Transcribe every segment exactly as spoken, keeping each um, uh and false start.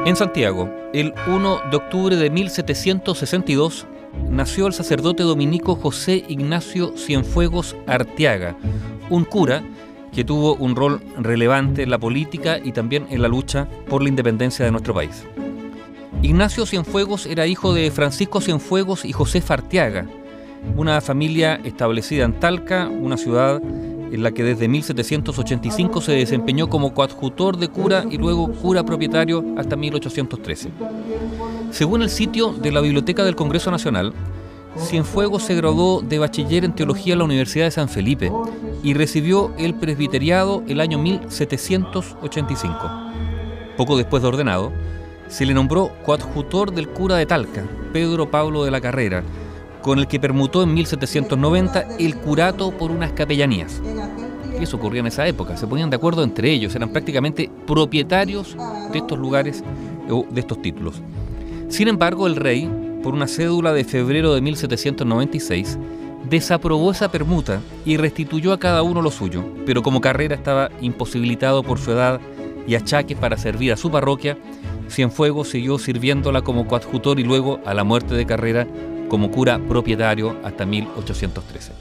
En Santiago, el primero de octubre de mil setecientos sesenta y dos, nació el sacerdote dominico José Ignacio Cienfuegos Arteaga, un cura que tuvo un rol relevante en la política y también en la lucha por la independencia de nuestro país. Ignacio Cienfuegos era hijo de Francisco Cienfuegos y Josefa Arteaga, una familia establecida en Talca, una ciudad en la que desde mil setecientos ochenta y cinco se desempeñó como coadjutor de cura y luego cura propietario hasta mil ochocientos trece. Según el sitio de la Biblioteca del Congreso Nacional, Cienfuegos se graduó de bachiller en teología en la Universidad de San Felipe y recibió el presbiteriado el año mil setecientos ochenta y cinco. Poco después de ordenado, se le nombró coadjutor del cura de Talca, Pedro Pablo de la Carrera, con el que permutó en mil setecientos noventa el curato por unas capellanías. Y eso ocurría en esa época, se ponían de acuerdo entre ellos, eran prácticamente propietarios de estos lugares o de estos títulos. Sin embargo, el rey, por una cédula de febrero de mil setecientos noventa y seis, desaprobó esa permuta y restituyó a cada uno lo suyo, pero como Carrera estaba imposibilitado por su edad y achaques para servir a su parroquia, Cienfuegos siguió sirviéndola como coadjutor y luego, a la muerte de Carrera, como cura propietario hasta mil ochocientos trece.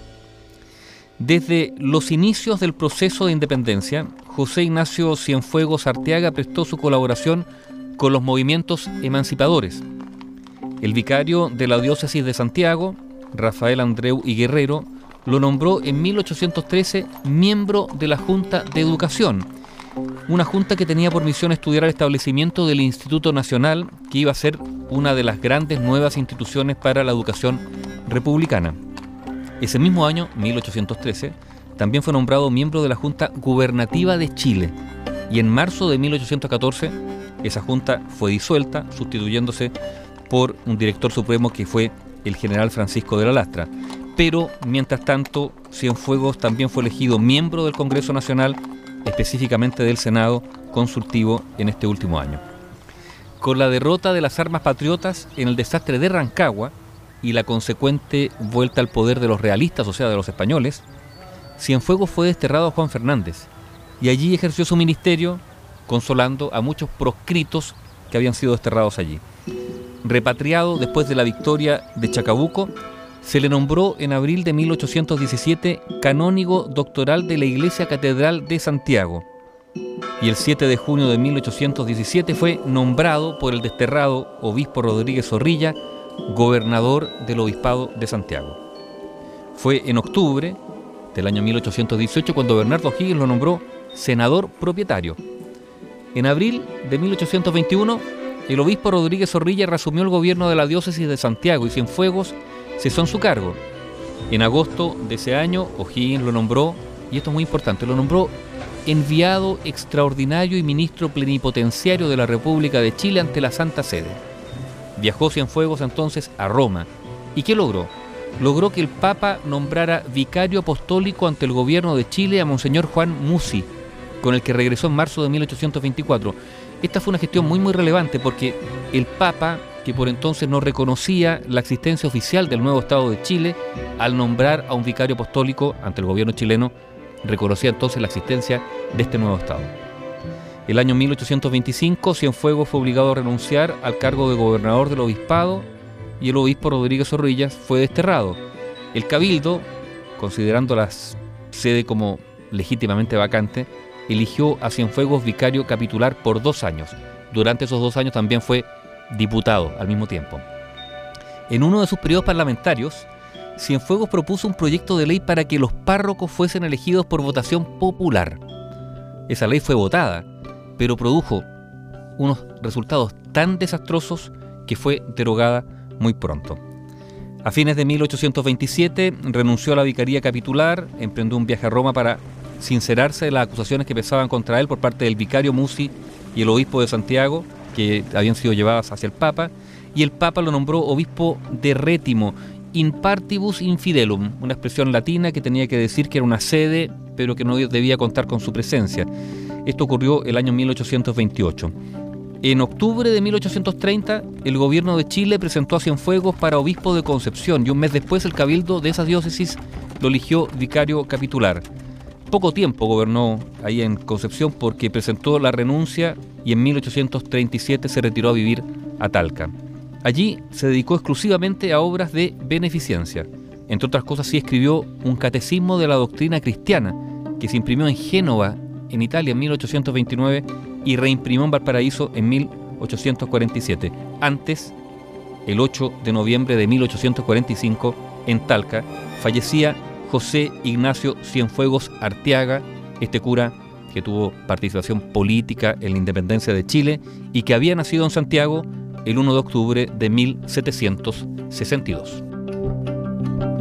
Desde los inicios del proceso de independencia, José Ignacio Cienfuegos Arteaga prestó su colaboración con los movimientos emancipadores. El vicario de la diócesis de Santiago, Rafael Andreu y Guerrero, lo nombró en mil ochocientos trece miembro de la Junta de Educación, una junta que tenía por misión estudiar el establecimiento del Instituto Nacional, que iba a ser una de las grandes nuevas instituciones para la educación republicana. Ese mismo año, mil ochocientos trece, también fue nombrado miembro de la Junta Gubernativa de Chile, y en marzo de mil ochocientos catorce esa junta fue disuelta, sustituyéndose por un director supremo que fue el general Francisco de la Lastra. Pero, mientras tanto, Cienfuegos también fue elegido miembro del Congreso Nacional, específicamente del Senado Consultivo en este último año. Con la derrota de las armas patriotas en el desastre de Rancagua y la consecuente vuelta al poder de los realistas, o sea, de los españoles, Cienfuegos fue desterrado a Juan Fernández y allí ejerció su ministerio, consolando a muchos proscritos que habían sido desterrados allí. Repatriado después de la victoria de Chacabuco, se le nombró en abril de mil ochocientos diecisiete canónigo doctoral de la Iglesia Catedral de Santiago y el siete de junio de mil ochocientos diecisiete fue nombrado por el desterrado obispo Rodríguez Zorrilla gobernador del Obispado de Santiago. Fue en octubre del año mil ochocientos dieciocho cuando Bernardo O'Higgins lo nombró senador propietario. En abril de mil ochocientos veintiuno, el obispo Rodríguez Zorrilla reasumió el gobierno de la diócesis de Santiago y Cienfuegos cesó en su cargo. En agosto de ese año, O'Higgins lo nombró, y esto es muy importante, lo nombró enviado extraordinario y ministro plenipotenciario de la República de Chile ante la Santa Sede. Viajó Cienfuegos entonces a Roma. ¿Y qué logró? Logró que el Papa nombrara vicario apostólico ante el gobierno de Chile a Monseñor Juan Musi, con el que regresó en marzo de mil ochocientos veinticuatro. Esta fue una gestión muy muy relevante porque el Papa, que por entonces no reconocía la existencia oficial del nuevo Estado de Chile, al nombrar a un vicario apostólico ante el gobierno chileno, reconocía entonces la existencia de este nuevo Estado. El año mil ochocientos veinticinco, Cienfuegos fue obligado a renunciar al cargo de gobernador del obispado y el obispo Rodríguez Zorrilla fue desterrado. El cabildo, considerando la sede como legítimamente vacante, eligió a Cienfuegos vicario capitular por dos años. Durante esos dos años también fue diputado al mismo tiempo. En uno de sus periodos parlamentarios, Cienfuegos propuso un proyecto de ley para que los párrocos fuesen elegidos por votación popular. Esa ley fue votada, pero produjo unos resultados tan desastrosos que fue derogada muy pronto. A fines de mil ochocientos veintisiete renunció a la vicaría capitular, emprendió un viaje a Roma para sincerarse de las acusaciones que pesaban contra él por parte del vicario Musi y el obispo de Santiago, que habían sido llevadas hacia el Papa, y el Papa lo nombró obispo de Rétimo, in partibus infidelum, una expresión latina que tenía que decir que era una sede, pero que no debía contar con su presencia. Esto ocurrió el año mil ochocientos veintiocho. En octubre de mil ochocientos treinta, el gobierno de Chile presentó a Cienfuegos para obispo de Concepción y un mes después el cabildo de esa diócesis lo eligió vicario capitular. poco tiempo gobernó ahí en Concepción porque presentó la renuncia y en mil ochocientos treinta y siete se retiró a vivir a Talca. Allí se dedicó exclusivamente a obras de beneficencia. Entre otras cosas, sí escribió un catecismo de la doctrina cristiana que se imprimió en Génova, en Italia, en mil ochocientos veintinueve y reimprimió en Valparaíso en mil ochocientos cuarenta y siete. Antes, el ocho de noviembre de mil ochocientos cuarenta y cinco, en Talca, fallecía José Ignacio Cienfuegos Arteaga, este cura que tuvo participación política en la independencia de Chile y que había nacido en Santiago el uno de octubre de mil setecientos sesenta y dos.